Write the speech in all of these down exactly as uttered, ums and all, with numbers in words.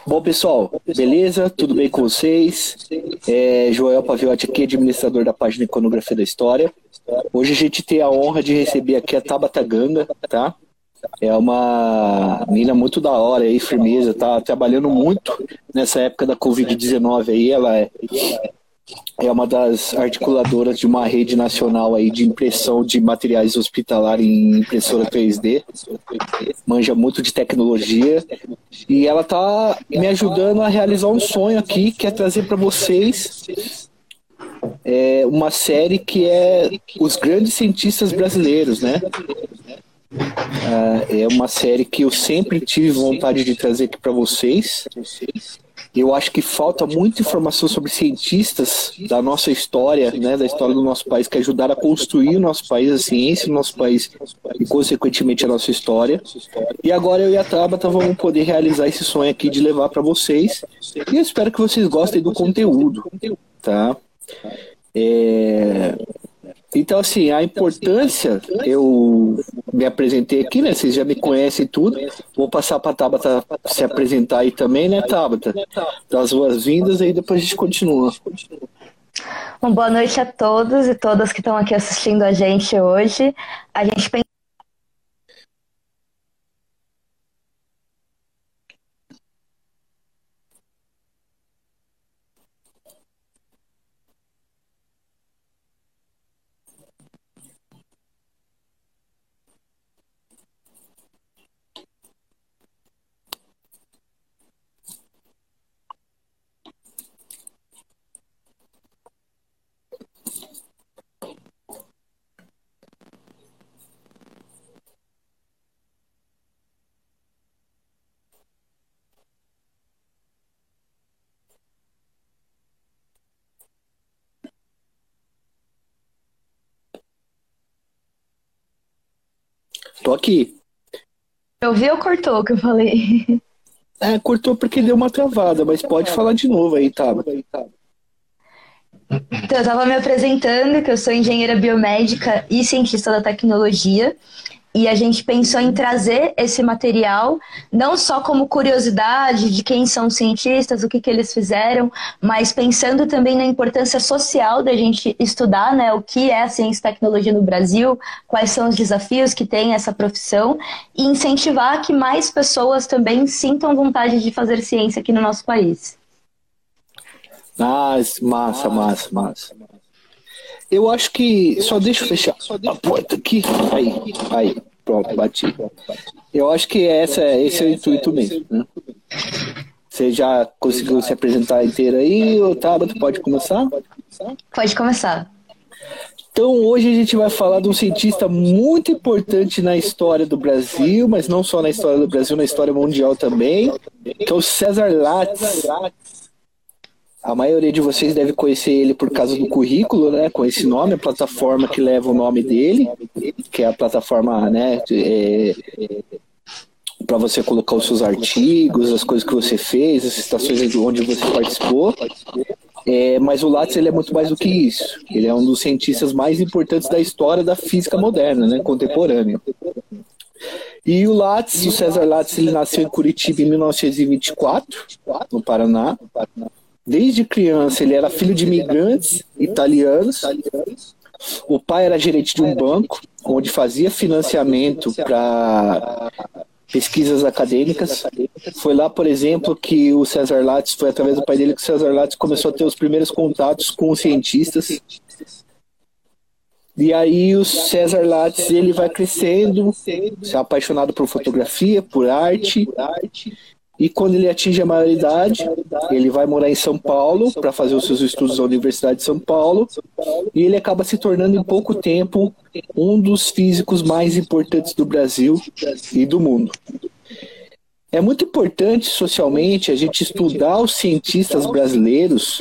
Bom, pessoal, beleza? Tudo bem com vocês? É Joel Paviotti aqui, administrador da página Iconografia da História. Hoje a gente tem a honra de receber aqui a Tabata Ganga, tá? É uma menina muito da hora aí, firmeza, tá trabalhando muito nessa época da covid dezenove aí. Ela é, é uma das articuladoras de uma rede nacional aí de impressão de materiais hospitalares em impressora três D. Manja muito de tecnologia. E ela tá me ajudando a realizar um sonho aqui, que é trazer para vocês é, uma série que é Os Grandes Cientistas Brasileiros, né? É uma série que eu sempre tive vontade de trazer aqui para vocês. Eu acho que falta muita informação sobre cientistas da nossa história, né, da história do nosso país, que ajudaram a construir o nosso país, a ciência do nosso país e, consequentemente, a nossa história. E agora eu e a Tabata vamos poder realizar esse sonho aqui de levar para vocês. E eu espero que vocês gostem do conteúdo, tá? É... Então, assim, a importância, eu me apresentei aqui, né? Vocês já me conhecem tudo. Vou passar para a Tabata se apresentar aí também, né, Tabata? Dar as boas-vindas aí depois a gente continua. Bom, boa noite a todos e todas que estão aqui assistindo a gente hoje. A gente pensa Tô aqui. Eu vi ou cortou o que eu falei? É, cortou porque deu uma travada, mas pode falar de novo aí, Tabata. Então, eu estava me apresentando, que eu sou engenheira biomédica e cientista da tecnologia, e a gente pensou em trazer esse material, não só como curiosidade de quem são os cientistas, o que, que eles fizeram, mas pensando também na importância social da gente estudar, né, o que é a ciência e tecnologia no Brasil, quais são os desafios que tem essa profissão, e incentivar que mais pessoas também sintam vontade de fazer ciência aqui no nosso país. Ah, massa, massa, massa. Eu acho que... Só deixa eu fechar a porta aqui. Aí, aí. Pronto, bati. Eu acho que essa, esse é o intuito mesmo, né? Você já conseguiu se apresentar inteira aí, ou Tabata, pode começar? Pode começar. Então, hoje a gente vai falar de um cientista muito importante na história do Brasil, mas não só na história do Brasil, na história mundial também, que é o César Lattes. A maioria de vocês deve conhecer ele por causa do currículo, né, com esse nome, a plataforma que leva o nome dele, que é a plataforma, né, é, para você colocar os seus artigos, as coisas que você fez, as citações onde você participou. É, mas o Lattes, ele é muito mais do que isso. Ele é um dos cientistas mais importantes da história da física moderna, né, contemporânea. E o Lattes, o César Lattes, ele nasceu em Curitiba em mil novecentos e vinte e quatro, no Paraná. Desde criança, ele era filho de imigrantes italianos. O pai era gerente de um banco, onde fazia financiamento para pesquisas acadêmicas. Foi lá, por exemplo, que o César Lattes, foi através do pai dele que o César Lattes começou a ter os primeiros contatos com os cientistas. E aí o César Lattes, ele vai crescendo, se apaixonado por fotografia, por arte. E quando ele atinge a maioridade, ele vai morar em São Paulo para fazer os seus estudos na Universidade de São Paulo. E ele acaba se tornando em pouco tempo um dos físicos mais importantes do Brasil e do mundo. É muito importante socialmente a gente estudar os cientistas brasileiros,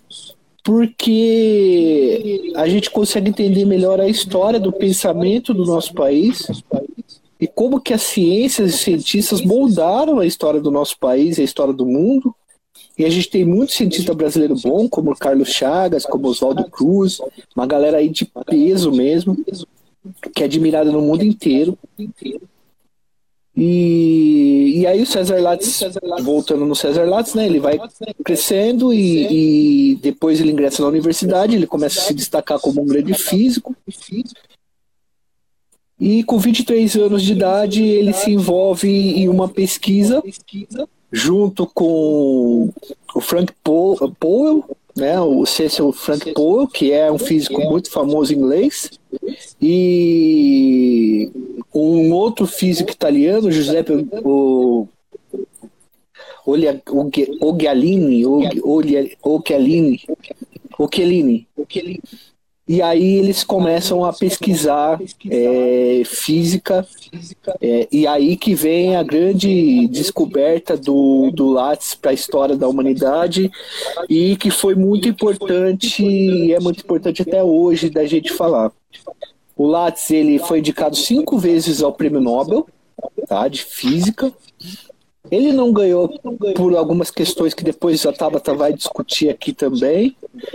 porque a gente consegue entender melhor a história do pensamento do nosso país e como que as ciências e cientistas moldaram a história do nosso país e a história do mundo. E a gente tem muito cientista brasileiro bom, como Carlos Chagas, como Oswaldo Cruz, uma galera aí de peso mesmo, que é admirada no mundo inteiro. E, e aí o César Lattes, voltando no César Lattes, né, ele vai crescendo e, e depois ele ingressa na universidade, ele começa a se destacar como um grande físico. E com vinte e três anos de idade ele se envolve em uma pesquisa junto com o Frank Powell, né, o Cecil Frank Powell, que é um físico muito famoso inglês, e um outro físico italiano, Giuseppe o, Occhialini, Occhialini, Occhialini. E aí eles começam a pesquisar é, física, é, e aí que vem a grande descoberta do, do Lattes para a história da humanidade, e que foi muito importante, e é muito importante até hoje da gente falar. O Lattes, ele foi indicado cinco vezes ao Prêmio Nobel, tá, de Física. Ele não ganhou por algumas questões que depois a Tabata vai discutir aqui também,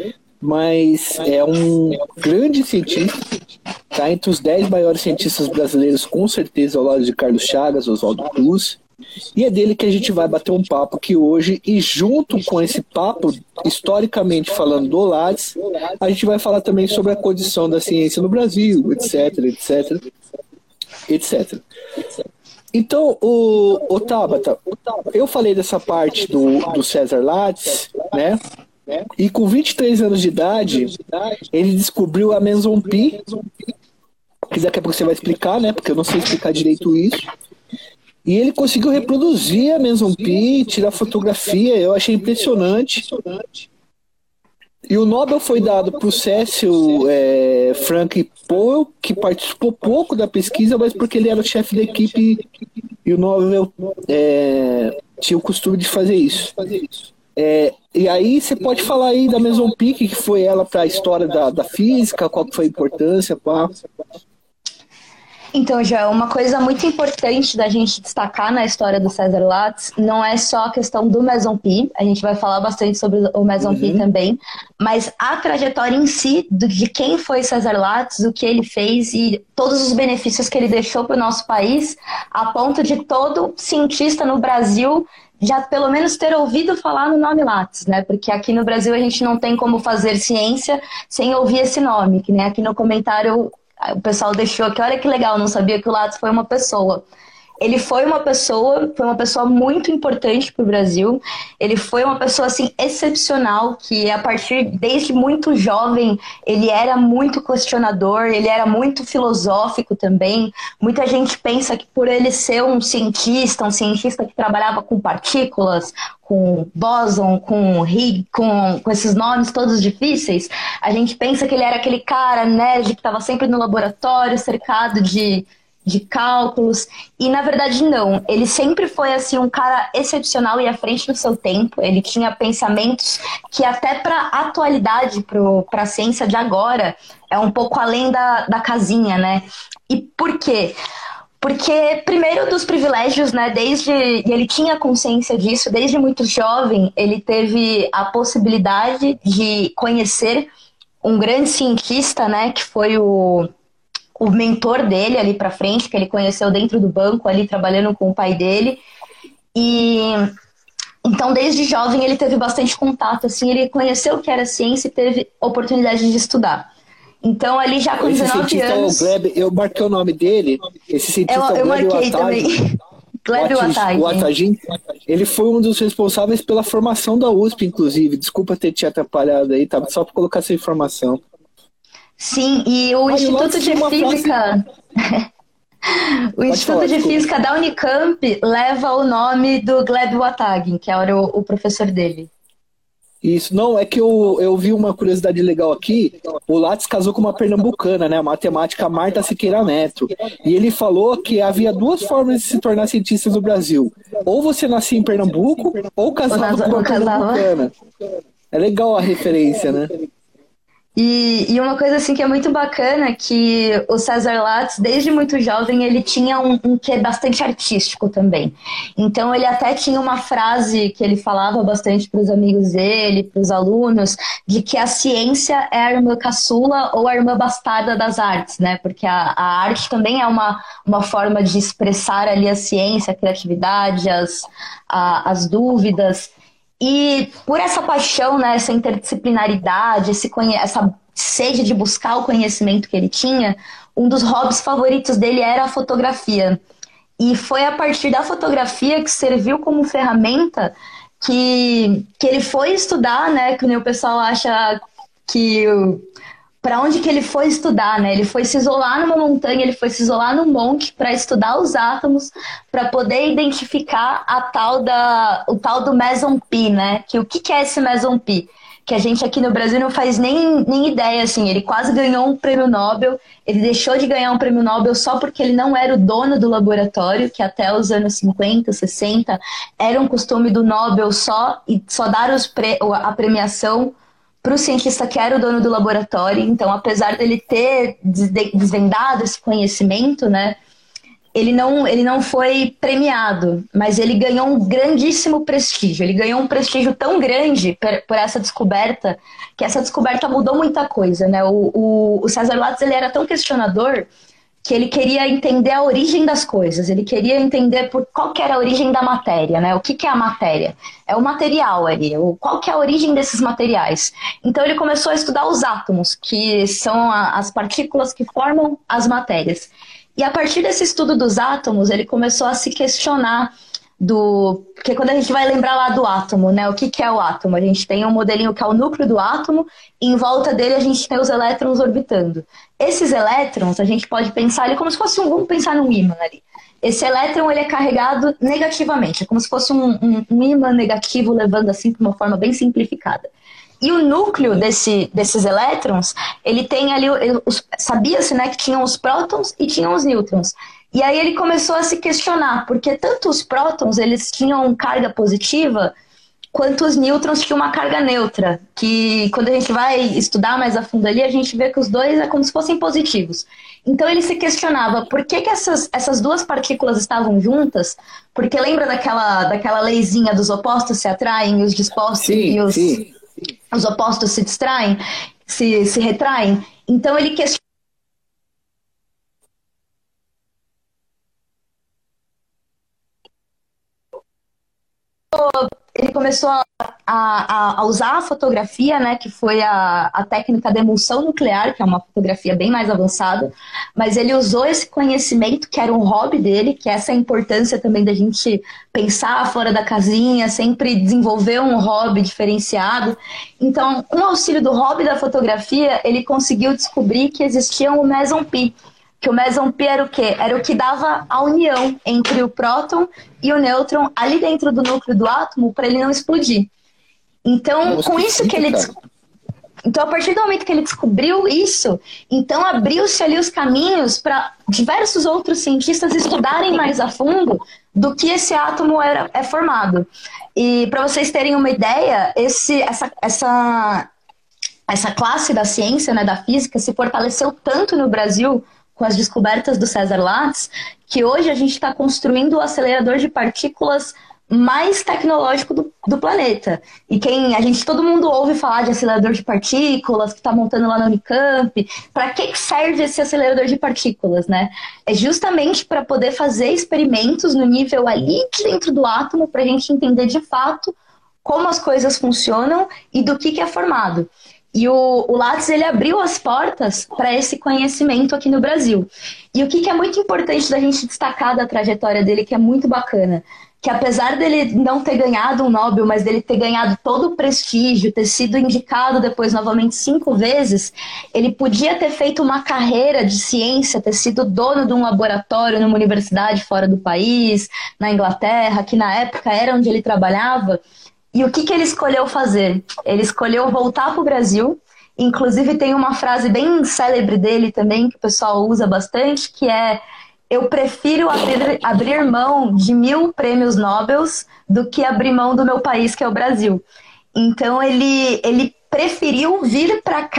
mas é um grande cientista, tá entre os dez maiores cientistas brasileiros, com certeza, ao lado de Carlos Chagas, Oswaldo Cruz, e é dele que a gente vai bater um papo aqui hoje, e junto com esse papo, historicamente falando do Lattes, a gente vai falar também sobre a condição da ciência no Brasil, etc, etc, etc. Então, o, o Tabata, eu falei dessa parte do, do César Lattes, né? E com vinte e três anos de idade, ele descobriu a meson pi, que daqui a pouco você vai explicar, né? Porque eu não sei explicar direito isso. E ele conseguiu reproduzir a meson pi, tirar fotografia, eu achei impressionante. E o Nobel foi dado para o Cecil é, Frank Powell, que participou pouco da pesquisa, mas porque ele era o chefe da equipe e o Nobel é, tinha o costume de fazer isso. É, e aí você pode falar aí da meson pi, que foi ela para a história da, da física, qual que foi a importância, pá. Então, já uma coisa muito importante da gente destacar na história do César Lattes não é só a questão do meson pi, a gente vai falar bastante sobre o meson pi uhum. também, mas a trajetória em si do, de quem foi César Lattes, o que ele fez e todos os benefícios que ele deixou para o nosso país, a ponto de todo cientista no Brasil já pelo menos ter ouvido falar no nome Lattes, né? Porque aqui no Brasil a gente não tem como fazer ciência sem ouvir esse nome, que nem aqui no comentário o pessoal deixou aqui, olha que legal, não sabia que o Lattes foi uma pessoa. Ele foi uma pessoa, foi uma pessoa muito importante para o Brasil. Ele foi uma pessoa assim excepcional, que a partir desde muito jovem ele era muito questionador, ele era muito filosófico também. Muita gente pensa que por ele ser um cientista, um cientista que trabalhava com partículas, com bóson, com Higgs, com, com esses nomes todos difíceis, a gente pensa que ele era aquele cara nerd que estava sempre no laboratório, cercado de de cálculos, e na verdade não, ele sempre foi assim um cara excepcional e à frente do seu tempo. Ele tinha pensamentos que até para a atualidade, para a ciência de agora, é um pouco além da, da casinha, né? E por quê? Porque, primeiro, dos privilégios, né, desde, e ele tinha consciência disso, desde muito jovem, ele teve a possibilidade de conhecer um grande cientista, né, que foi o o mentor dele ali pra frente, que ele conheceu dentro do banco, ali trabalhando com o pai dele. E então, desde jovem, ele teve bastante contato, assim, ele conheceu o que era ciência e teve oportunidade de estudar. Então, ali já com dezenove anos... É o Gleb, eu marquei o nome dele, esse cientista eu, eu marquei também. Gleb Watagin. Ele foi um dos responsáveis pela formação da U S P, inclusive. Desculpa ter te atrapalhado aí, tá? Só para colocar essa informação. Sim, e o ah, Instituto de Física... o Pode Instituto falar, de desculpa. Física da Unicamp leva o nome do Gleb Watagin, que era o, o professor dele. Isso, não, é que eu, eu vi uma curiosidade legal aqui. O Lattes casou com uma pernambucana, né, a matemática Marta Siqueira Neto. E ele falou que havia duas formas de se tornar cientista no Brasil. Ou você nascia em Pernambuco, ou casava ou com uma pernambucana. É legal a referência, né? E, e uma coisa assim que é muito bacana, que o César Lattes, desde muito jovem, ele tinha um, um quê bastante artístico também. Então ele até tinha uma frase que ele falava bastante para os amigos dele, para os alunos, de que a ciência é a irmã caçula ou a irmã bastarda das artes, né? Porque a, a arte também é uma, uma forma de expressar ali a ciência, a criatividade, as, a, as dúvidas. E por essa paixão, né, essa interdisciplinaridade, esse conhe- essa sede de buscar o conhecimento que ele tinha, um dos hobbies favoritos dele era a fotografia. E foi a partir da fotografia que serviu como ferramenta que, que ele foi estudar, né, que o pessoal acha que para onde que ele foi estudar, né? Ele foi se isolar numa montanha, ele foi se isolar num monte para estudar os átomos, para poder identificar a tal da, o tal do meson pi, né? Que o que, que é esse meson pi? Que a gente aqui no Brasil não faz nem, nem ideia, assim. Ele quase ganhou um prêmio Nobel, ele deixou de ganhar um prêmio Nobel só porque ele não era o dono do laboratório, que até os anos cinquenta, sessenta era um costume do Nobel só, e só dar os pre, a premiação para o cientista que era o dono do laboratório. Então, apesar dele ter desvendado esse conhecimento, né, ele não, ele não foi premiado, mas ele ganhou um grandíssimo prestígio. Ele ganhou um prestígio tão grande por, por essa descoberta, que essa descoberta mudou muita coisa, né? O, o, o César Lattes, ele era tão questionador que ele queria entender a origem das coisas, ele queria entender por qual que era a origem da matéria, né? O que, que é a matéria? É o material ali, qual que é a origem desses materiais? Então ele começou a estudar os átomos, que são a, as partículas que formam as matérias. E a partir desse estudo dos átomos, ele começou a se questionar do... Porque quando a gente vai lembrar lá do átomo, né? O que, que é o átomo? A gente tem um modelinho que é o núcleo do átomo, e em volta dele a gente tem os elétrons orbitando. Esses elétrons, a gente pode pensar ele como se fosse um... Vamos pensar num ímã ali. Esse elétron, ele é carregado negativamente. É como se fosse um, um, um ímã negativo, levando assim de uma forma bem simplificada. E o núcleo desse, desses elétrons, ele tem ali... Sabia-se, né, que tinham os prótons e tinham os nêutrons. E aí ele começou a se questionar, porque tanto os prótons, eles tinham carga positiva, quanto os nêutrons tinham uma carga neutra, que quando a gente vai estudar mais a fundo ali, a gente vê que os dois é como se fossem positivos. Então ele se questionava por que, que essas, essas duas partículas estavam juntas, porque lembra daquela, daquela leizinha dos opostos se atraem, os dispostos Sim, e os, sim. os opostos se distraem, se, se retraem? Então ele questionava ele começou a, a, a usar a fotografia, né, que foi a, a técnica de emulsão nuclear, que é uma fotografia bem mais avançada, mas ele usou esse conhecimento, que era um hobby dele, que é essa importância também da gente pensar fora da casinha, sempre desenvolver um hobby diferenciado. Então, com o auxílio do hobby da fotografia, ele conseguiu descobrir que existia o meson pi, que o meson pi era o quê? Era o que dava a união entre o próton e o nêutron ali dentro do núcleo do átomo para ele não explodir. Então, Nossa, com que isso que ele... fita. Então, a partir do momento que ele descobriu isso, então abriu-se ali os caminhos para diversos outros cientistas estudarem mais a fundo do que esse átomo era, é formado. E para vocês terem uma ideia, esse, essa, essa, essa classe da ciência, né, da física, se fortaleceu tanto no Brasil com as descobertas do César Lattes, que hoje a gente está construindo o acelerador de partículas mais tecnológico do, do planeta. E quem a gente, todo mundo ouve falar de acelerador de partículas, que está montando lá na Unicamp. Para que que serve esse acelerador de partículas, né? É justamente para poder fazer experimentos no nível ali de dentro do átomo, para a gente entender de fato como as coisas funcionam e do que, que é formado. E o, o Lattes, ele abriu as portas para esse conhecimento aqui no Brasil. E o que, que é muito importante da gente destacar da trajetória dele, que é muito bacana, que apesar dele não ter ganhado um Nobel, mas dele ter ganhado todo o prestígio, ter sido indicado depois novamente cinco vezes, ele podia ter feito uma carreira de ciência, ter sido dono de um laboratório numa universidade fora do país, na Inglaterra, que na época era onde ele trabalhava. E o que, que ele escolheu fazer? Ele escolheu voltar para o Brasil. Inclusive tem uma frase bem célebre dele também, que o pessoal usa bastante, que é: eu prefiro abrir, abrir mão de mil prêmios Nobel do que abrir mão do meu país, que é o Brasil. Então ele, ele preferiu vir para cá,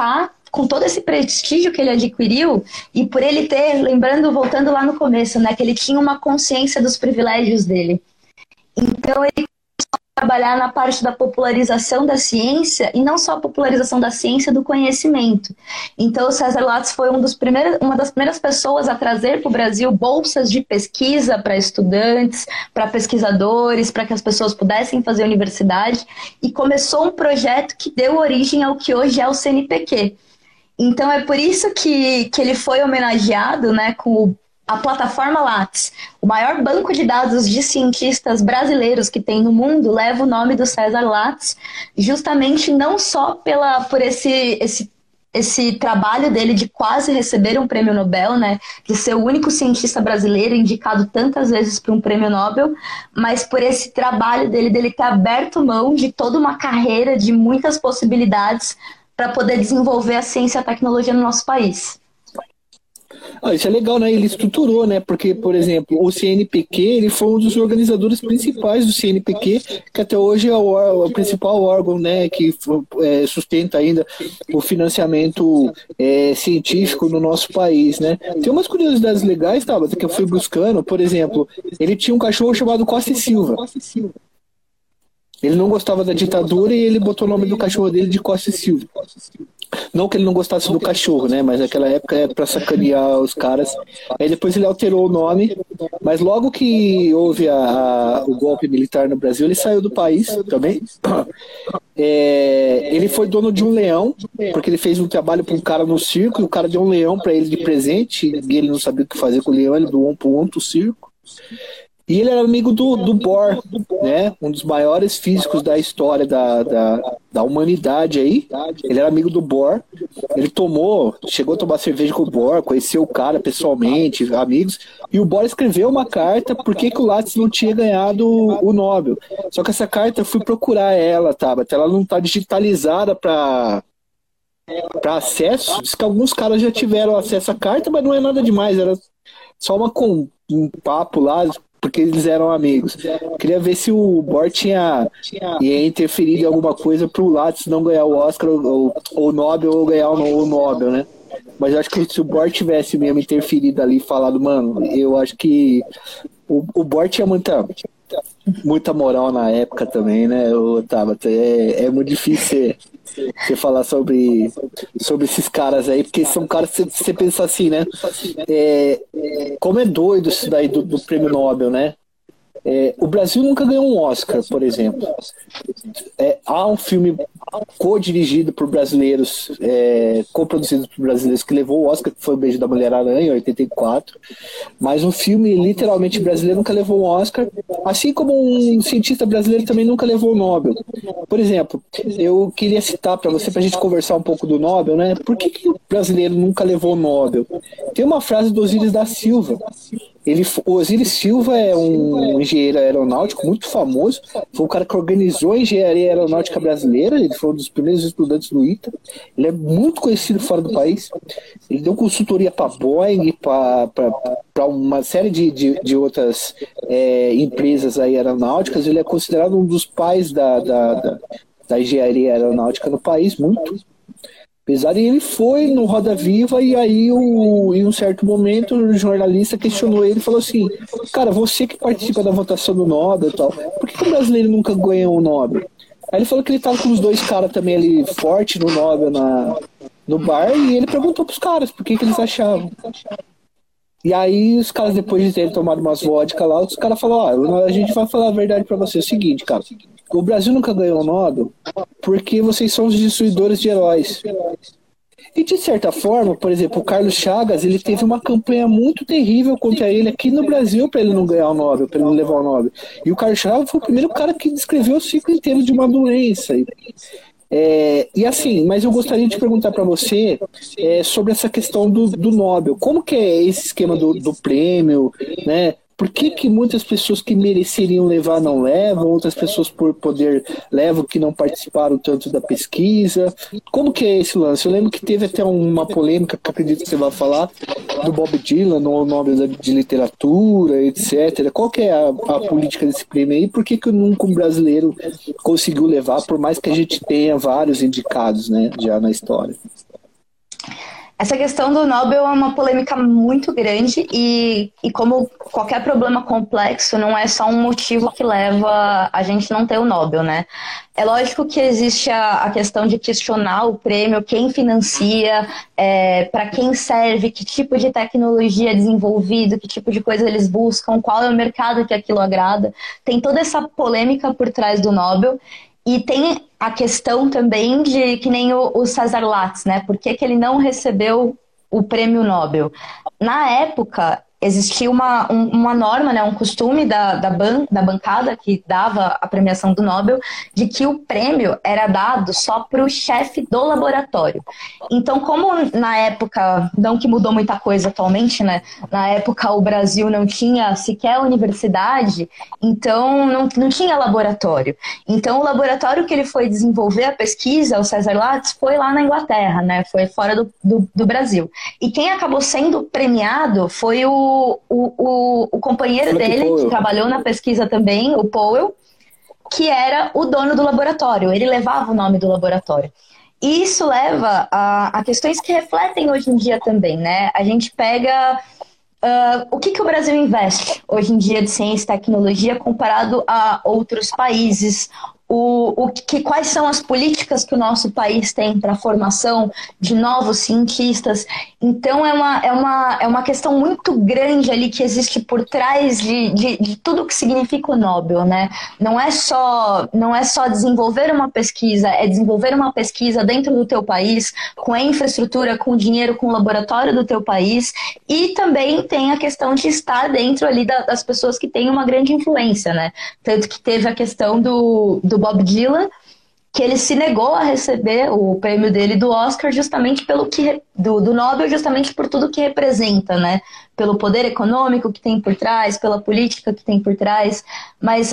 com todo esse prestígio que ele adquiriu e por ele ter, lembrando, voltando lá no começo, né, que ele tinha uma consciência dos privilégios dele. Então ele trabalhar na parte da popularização da ciência e não só a popularização da ciência, do conhecimento. Então o César Lattes foi um dos primeiros, uma das primeiras pessoas a trazer para o Brasil bolsas de pesquisa para estudantes, para pesquisadores, para que as pessoas pudessem fazer universidade, e começou um projeto que deu origem ao que hoje é o C N P Q. Então é por isso que, que ele foi homenageado, né, com o a plataforma Lattes, o maior banco de dados de cientistas brasileiros que tem no mundo, leva o nome do César Lattes, justamente não só pela, por esse, esse, esse trabalho dele de quase receber um prêmio Nobel, né, de ser o único cientista brasileiro indicado tantas vezes para um prêmio Nobel, mas por esse trabalho dele, dele ter aberto mão de toda uma carreira, de muitas possibilidades para poder desenvolver a ciência e a tecnologia no nosso país. Ah, isso é legal, né? Ele estruturou, né? Porque, por exemplo, o C N P Q, ele foi um dos organizadores principais do C N P Q, que até hoje é o, o principal órgão, né, que é, sustenta ainda o financiamento é, científico no nosso país, né? Tem umas curiosidades legais, tá, que eu fui buscando. Por exemplo, ele tinha um cachorro chamado Costa e Silva. Ele não gostava da ditadura e ele botou o nome do cachorro dele de Costa e Silva. Não que ele não gostasse do cachorro, né? Mas naquela época era pra sacanear os caras. Aí depois ele alterou o nome, mas logo que houve a, a, o golpe militar no Brasil, ele saiu do país também. É, ele foi dono de um leão, porque ele fez um trabalho para um cara no circo, e o cara deu um leão para ele de presente, e ele não sabia o que fazer com o leão, ele doou um para um outro circo. E ele era amigo do, do Bohr, né? Um dos maiores físicos da história da, da, da humanidade aí. Ele era amigo do Bohr. Ele tomou, chegou a tomar cerveja com o Bohr, conheceu o cara pessoalmente, amigos. E o Bohr escreveu uma carta por que que o Lattes não tinha ganhado o Nobel. Só que essa carta eu fui procurar ela, tá? Ela não está digitalizada para para acesso. Diz que alguns caras já tiveram acesso à carta, mas não é nada demais. Era só uma, um papo lá, porque eles eram amigos. Queria ver se o Bohr tinha ia interferido em alguma coisa pro Lattes não ganhar o Oscar ou o Nobel ou ganhar o Nobel, né? Mas eu acho que se o Bohr tivesse mesmo interferido ali e falado, mano, eu acho que o, o Bohr tinha muita, muita moral na época também, né? O Tabata, é, é muito difícil você, você falar sobre, sobre esses caras aí, porque são caras que você, você pensa assim, né? É, como é doido isso daí do, do prêmio Nobel, né? É, o Brasil nunca ganhou um Oscar, por exemplo. É, há um filme co-dirigido por brasileiros, é, co-produzido por brasileiros, que levou o Oscar, que foi O Beijo da Mulher-Aranha, em oitenta e quatro. Mas um filme literalmente brasileiro nunca levou um Oscar, assim como um cientista brasileiro também nunca levou o Nobel. Por exemplo, eu queria citar para você, para a gente conversar um pouco do Nobel, né? Por que, que o brasileiro nunca levou o Nobel? Tem uma frase do Osíris da Silva. Ele, o Osíris Silva é um engenheiro aeronáutico muito famoso, foi o cara que organizou a engenharia aeronáutica brasileira, ele foi um dos primeiros estudantes do ITA, ele é muito conhecido fora do país, ele deu consultoria para a Boeing, para uma série de, de, de outras é, empresas aí aeronáuticas, ele é considerado um dos pais da, da, da, da engenharia aeronáutica no país, muito. Apesar de ele foi no Roda Viva e aí o, em um certo momento o jornalista questionou ele e falou assim, cara, você que participa da votação do Nobel e tal, por que, que o brasileiro nunca ganhou o Nobel? Aí ele falou que ele tava com os dois caras também ali forte no Nobel na, no bar e ele perguntou pros caras por que, que eles achavam. E aí os caras, depois de terem tomado umas vodka lá, os caras falaram, ó, a gente vai falar a verdade pra você, é o seguinte, cara, o Brasil nunca ganhou o Nobel porque vocês são os destruidores de heróis. E de certa forma, por exemplo, o Carlos Chagas, ele teve uma campanha muito terrível contra ele aqui no Brasil para ele não ganhar o Nobel, para ele não levar o Nobel. E o Carlos Chagas foi o primeiro cara que descreveu o ciclo inteiro de uma doença. É, e assim, mas eu gostaria de perguntar para você é, sobre essa questão do, do Nobel. Como que é esse esquema do, do prêmio, né? Por que que muitas pessoas que mereceriam levar não levam, outras pessoas por poder levam que não participaram tanto da pesquisa? Como que é esse lance? Eu lembro que teve até uma polêmica, que eu acredito que você vai falar, do Bob Dylan, no Nobel de Literatura, etcétera. Qual que é a, a política desse prêmio aí? Por que que nunca um brasileiro conseguiu levar, por mais que a gente tenha vários indicados, né, já na história? Essa questão do Nobel é uma polêmica muito grande e, e como qualquer problema complexo, não é só um motivo que leva a gente não ter o Nobel, né? É lógico que existe a, a questão de questionar o prêmio, quem financia, é, para quem serve, que tipo de tecnologia é desenvolvido, que tipo de coisa eles buscam, qual é o mercado que aquilo agrada. Tem toda essa polêmica por trás do Nobel. E tem a questão também de que nem o, o César Lattes, né? Por que que ele não recebeu o prêmio Nobel? Na época, existia uma, um, uma norma, né? Um costume da, da, ban, da bancada que dava a premiação do Nobel, de que o prêmio era dado só para o chefe do laboratório. Então, como na época, não que mudou muita coisa atualmente, né? Na época o Brasil não tinha sequer universidade, então não, não tinha laboratório. Então o laboratório que ele foi desenvolver a pesquisa, o César Lattes, foi lá na Inglaterra, né? Foi fora do, do, do Brasil. E quem acabou sendo premiado foi o, o, o, o companheiro dele, que trabalhou na pesquisa também, o Powell, que era o dono do laboratório. Ele levava o nome do laboratório. E isso leva a, a questões que refletem hoje em dia também, né? A gente pega uh, o que, que o Brasil investe hoje em dia de ciência e tecnologia comparado a outros países. O, o que, quais são as políticas que o nosso país tem para a formação de novos cientistas. Então é uma, é, uma, é uma questão muito grande ali que existe por trás de, de, de tudo que significa o Nobel, né? Não é só, não é só desenvolver uma pesquisa, é desenvolver uma pesquisa dentro do teu país, com a infraestrutura, com o dinheiro, com o laboratório do teu país, e também tem a questão de estar dentro ali da, das pessoas que têm uma grande influência, né? Tanto que teve a questão do, do Bob Dylan, que ele se negou a receber o prêmio dele do Oscar justamente pelo que do, do Nobel, justamente por tudo que representa, né? Pelo poder econômico que tem por trás, pela política que tem por trás. Mas,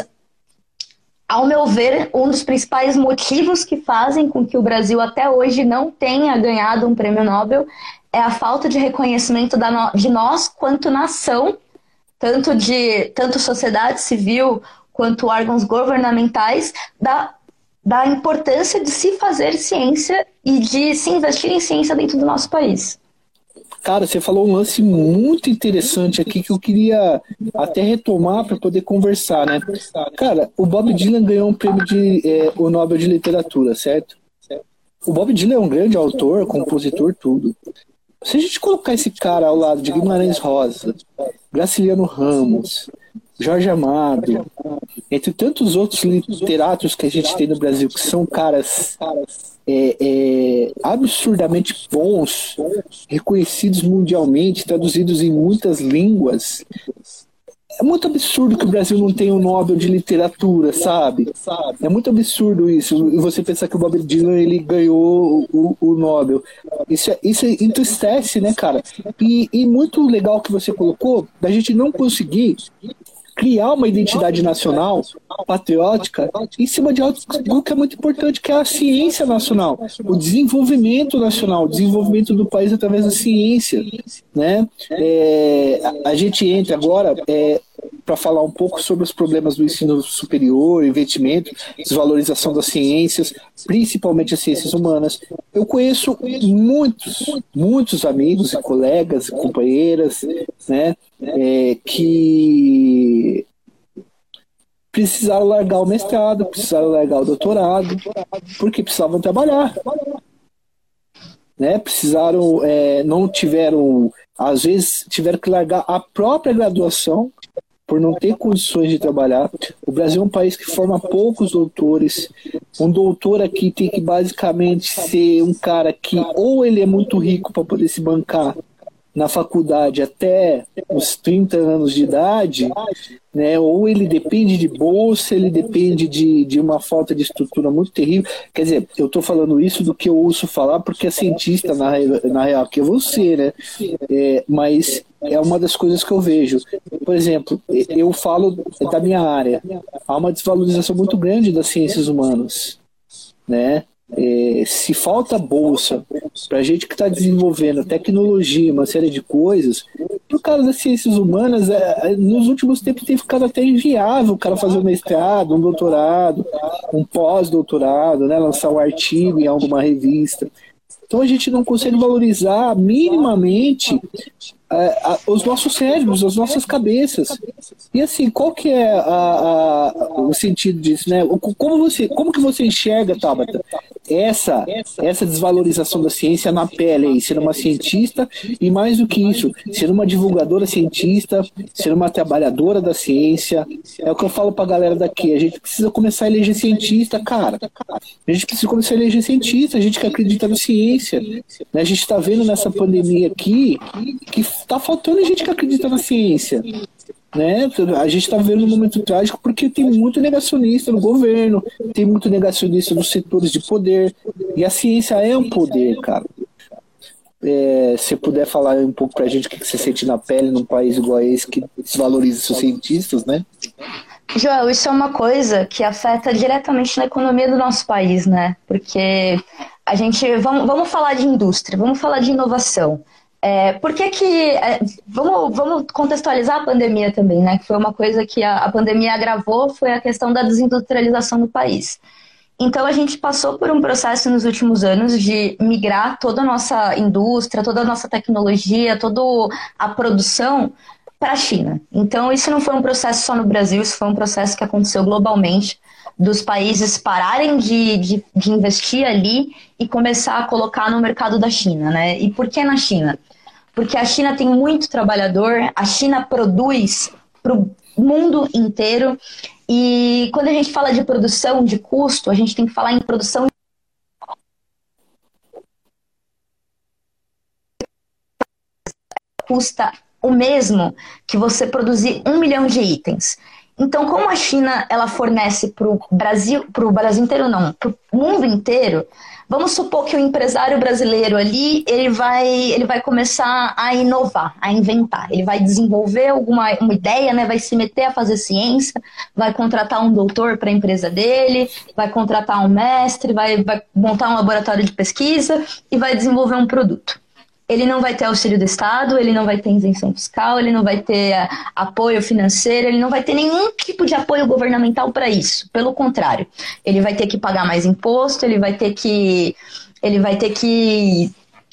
ao meu ver, um dos principais motivos que fazem com que o Brasil até hoje não tenha ganhado um prêmio Nobel é a falta de reconhecimento da no, de nós quanto nação, tanto de tanto sociedade civil quanto órgãos governamentais, da, da importância de se fazer ciência e de se investir em ciência dentro do nosso país. Cara, você falou um lance muito interessante aqui que eu queria até retomar para poder conversar, né? Cara, o Bob Dylan ganhou um prêmio de é, o Nobel de Literatura, certo? O Bob Dylan é um grande autor, compositor, tudo. Se a gente colocar esse cara ao lado de Guimarães Rosa, Graciliano Ramos, Jorge Amado, entre tantos outros literatos que a gente tem no Brasil, que são caras é, é, absurdamente bons, reconhecidos mundialmente, traduzidos em muitas línguas, é muito absurdo que o Brasil não tenha um Nobel de literatura, sabe? É muito absurdo isso. E você pensar que o Bob Dylan ele ganhou o, o Nobel. Isso, isso entristece, né, cara? E, e muito legal que você colocou, da gente não conseguir criar uma identidade nacional, patriótica, em cima de algo que é muito importante, que é a ciência nacional, o desenvolvimento nacional, o desenvolvimento do país através da ciência, né? É, a, a gente entra agora é, para falar um pouco sobre os problemas do ensino superior, investimento, desvalorização das ciências, principalmente as ciências humanas. Eu conheço muitos, muitos amigos e colegas, companheiras, né, é, que precisaram largar o mestrado, precisaram largar o doutorado, porque precisavam trabalhar, né? Precisaram, é, não tiveram, às vezes tiveram que largar a própria graduação por não ter condições de trabalhar. O Brasil é um país que forma poucos doutores. Um doutor aqui tem que basicamente ser um cara que ou ele é muito rico para poder se bancar na faculdade até os trinta anos de idade, né? Ou ele depende de bolsa, ele depende de, de uma falta de estrutura muito terrível. Quer dizer, eu estou falando isso do que eu ouço falar porque é cientista, na, na real, que é você, né? É, mas é uma das coisas que eu vejo. Por exemplo, eu falo da minha área. Há uma desvalorização muito grande das ciências humanas, né? É, se falta bolsa para gente que está desenvolvendo tecnologia, uma série de coisas, por causa das ciências humanas, é, nos últimos tempos tem ficado até inviável o cara fazer um mestrado, um doutorado, um pós-doutorado, né, lançar um artigo em alguma revista. Então a gente não consegue valorizar minimamente é, a, os nossos cérebros, as nossas cabeças. E assim, qual que é a, a, o sentido disso, né? Como, você, como que você enxerga, Tabata, essa, essa desvalorização da ciência na pele aí, sendo uma cientista e mais do que isso, sendo uma divulgadora cientista, sendo uma trabalhadora da ciência? É o que eu falo pra galera daqui, a gente precisa começar a eleger cientista, cara. A gente precisa começar a eleger cientista, a gente que acredita na ciência. Né? A gente está vendo nessa pandemia aqui que está faltando gente que acredita na ciência. Né? A gente está vendo um momento trágico porque tem muito negacionista no governo, tem muito negacionista nos setores de poder, e a ciência é um poder, cara. É, se puder falar um pouco pra gente o que você sente na pele num país igual a esse que desvaloriza seus cientistas, né? Joel, isso é uma coisa que afeta diretamente na economia do nosso país, né? Porque a gente, vamos, vamos falar de indústria, vamos falar de inovação. É, por que que, é, vamos, vamos contextualizar a pandemia também, né? Que foi uma coisa que a, a pandemia agravou, foi a questão da desindustrialização do país. Então a gente passou por um processo nos últimos anos de migrar toda a nossa indústria, toda a nossa tecnologia, toda a produção para a China. Então isso não foi um processo só no Brasil, isso foi um processo que aconteceu globalmente, dos países pararem de, de, de investir ali e começar a colocar no mercado da China, né? E por que na China? Porque a China tem muito trabalhador, a China produz para o mundo inteiro, e quando a gente fala de produção, de custo, a gente tem que falar em produção custa o mesmo que você produzir um milhão de itens. Então, como a China ela fornece para o Brasil, para o Brasil inteiro não, para o mundo inteiro, vamos supor que o empresário brasileiro ali, ele vai, ele vai começar a inovar, a inventar. Ele vai desenvolver alguma uma ideia, né? Vai se meter a fazer ciência, vai contratar um doutor para a empresa dele, vai contratar um mestre, vai, vai montar um laboratório de pesquisa e vai desenvolver um produto. Ele não vai ter auxílio do Estado, ele não vai ter isenção fiscal, ele não vai ter uh, apoio financeiro, ele não vai ter nenhum tipo de apoio governamental para isso. Pelo contrário, ele vai ter que pagar mais imposto, ele vai ter que, ele vai ter que,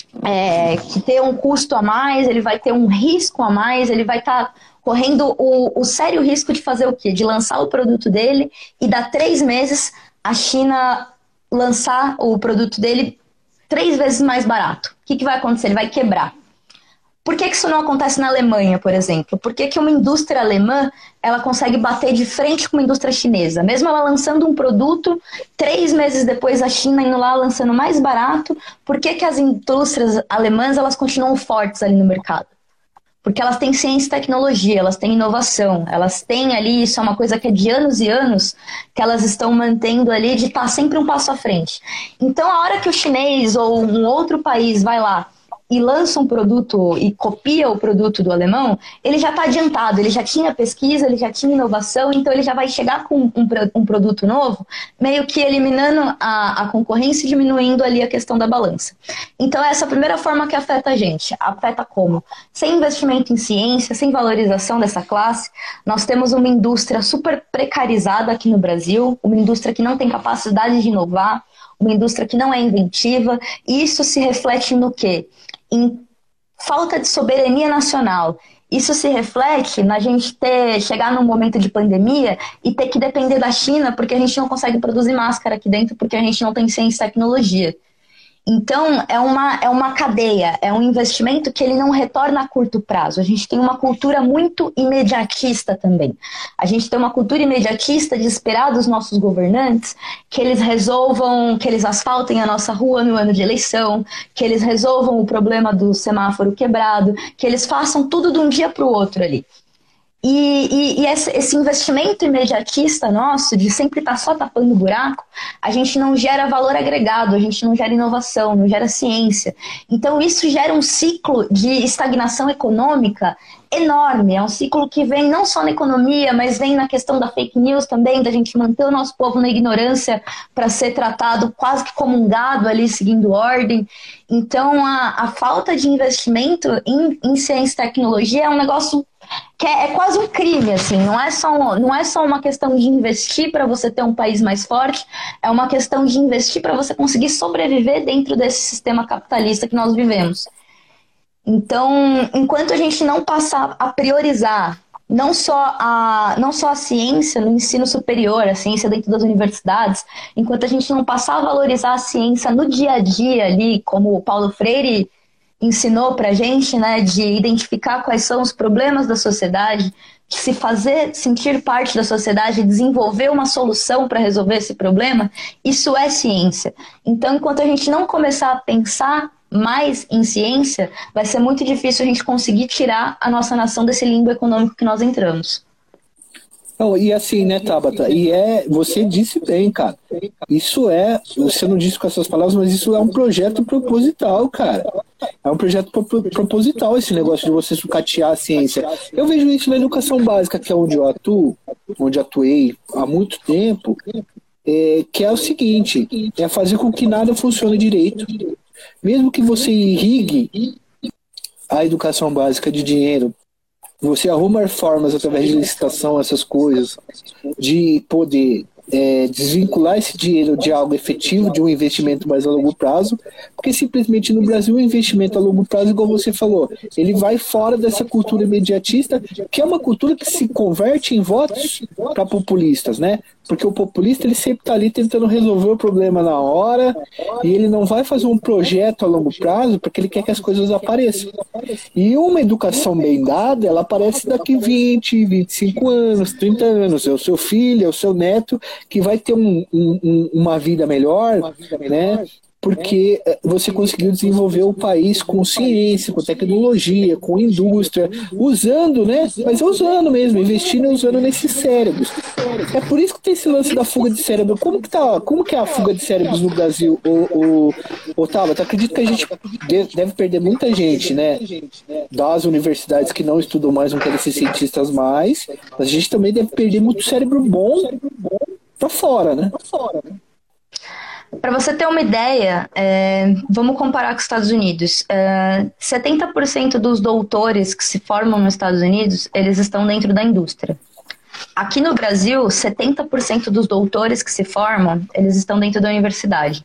é, que ter um custo a mais, ele vai ter um risco a mais, ele vai estar tá correndo o, o sério risco de fazer o quê? De lançar o produto dele e dar três meses a China lançar o produto dele três vezes mais barato. O que, que vai acontecer? Ele vai quebrar. Por que, que isso não acontece na Alemanha, por exemplo? Por que, que uma indústria alemã ela consegue bater de frente com uma indústria chinesa? Mesmo ela lançando um produto, três meses depois a China indo lá lançando mais barato, por que, que as indústrias alemãs elas continuam fortes ali no mercado? Porque elas têm ciência e tecnologia, elas têm inovação, elas têm ali, isso é uma coisa que é de anos e anos, que elas estão mantendo ali de estar sempre um passo à frente. Então, a hora que o chinês ou um outro país vai lá e lança um produto e copia o produto do alemão, ele já está adiantado, ele já tinha pesquisa, ele já tinha inovação, então ele já vai chegar com um, um produto novo, meio que eliminando a, a concorrência e diminuindo ali a questão da balança. Então essa é a primeira forma que afeta a gente. Afeta como? Sem investimento em ciência, sem valorização dessa classe, nós temos uma indústria super precarizada aqui no Brasil, uma indústria que não tem capacidade de inovar, uma indústria que não é inventiva, e isso se reflete no quê? Em falta de soberania nacional. Isso se reflete na gente ter, chegar num momento de pandemia e ter que depender da China porque a gente não consegue produzir máscara aqui dentro porque a gente não tem ciência e tecnologia. Então, é uma, é uma cadeia, é um investimento que ele não retorna a curto prazo. A gente tem uma cultura muito imediatista também. A gente tem uma cultura imediatista de esperar dos nossos governantes que eles resolvam, que eles asfaltem a nossa rua no ano de eleição, que eles resolvam o problema do semáforo quebrado, que eles façam tudo de um dia para o outro ali. E, e, e esse investimento imediatista nosso, de sempre estar só tapando buraco, a gente não gera valor agregado, a gente não gera inovação, não gera ciência. Então isso gera um ciclo de estagnação econômica enorme, é um ciclo que vem não só na economia, mas vem na questão da fake news também, da gente manter o nosso povo na ignorância para ser tratado quase que como um gado ali, seguindo ordem. Então, a, a falta de investimento em, em ciência e tecnologia é um negócio que é, é quase um crime, assim, não é só, não é só uma questão de investir para você ter um país mais forte, é uma questão de investir para você conseguir sobreviver dentro desse sistema capitalista que nós vivemos. Então, enquanto a gente não passar a priorizar não só a, não só a ciência no ensino superior, a ciência dentro das universidades, enquanto a gente não passar a valorizar a ciência no dia a dia ali, como o Paulo Freire ensinou pra gente, né, de identificar quais são os problemas da sociedade, de se fazer sentir parte da sociedade, desenvolver uma solução para resolver esse problema, isso é ciência. Então, enquanto a gente não começar a pensar mais em ciência, vai ser muito difícil a gente conseguir tirar a nossa nação desse limbo econômico que nós entramos. Não, e assim, né, Tabata? E é, você disse bem, cara. Isso é, você não disse com essas palavras, mas isso é um projeto proposital, cara. É um projeto pro, proposital esse negócio de você sucatear a ciência. Eu vejo isso na educação básica, que é onde eu atuo, onde atuei há muito tempo, é, que é o seguinte, é fazer com que nada funcione direito. Mesmo que você irrigue a educação básica de dinheiro, você arruma formas através de licitação, essas coisas, de poder é, desvincular esse dinheiro de algo efetivo, de um investimento mais a longo prazo, porque simplesmente no Brasil o investimento a longo prazo, igual você falou, ele vai fora dessa cultura imediatista, que é uma cultura que se converte em votos para populistas, né? Porque o populista ele sempre está ali tentando resolver o problema na hora e ele não vai fazer um projeto a longo prazo porque ele quer que as coisas apareçam. E uma educação bem dada, ela aparece daqui vinte, vinte e cinco anos, trinta anos. É o seu filho, é o seu neto que vai ter um, um, uma vida melhor, né? Porque você conseguiu desenvolver o país com ciência, com tecnologia, com indústria, usando, né? Mas usando mesmo, investindo e usando nesses cérebros. É por isso que tem esse lance da fuga de cérebro. Como que, tá, como que é a fuga de cérebros no Brasil, o, o, Otávio? Eu acredito que a gente deve perder muita gente, né? Das universidades que não estudam mais, não querem ser cientistas mais. Mas a gente também deve perder muito cérebro bom pra fora, né? Pra fora, né? Para você ter uma ideia, é, vamos comparar com os Estados Unidos. É, setenta por cento dos doutores que se formam nos Estados Unidos, eles estão dentro da indústria. Aqui no Brasil, setenta por cento dos doutores que se formam, eles estão dentro da universidade.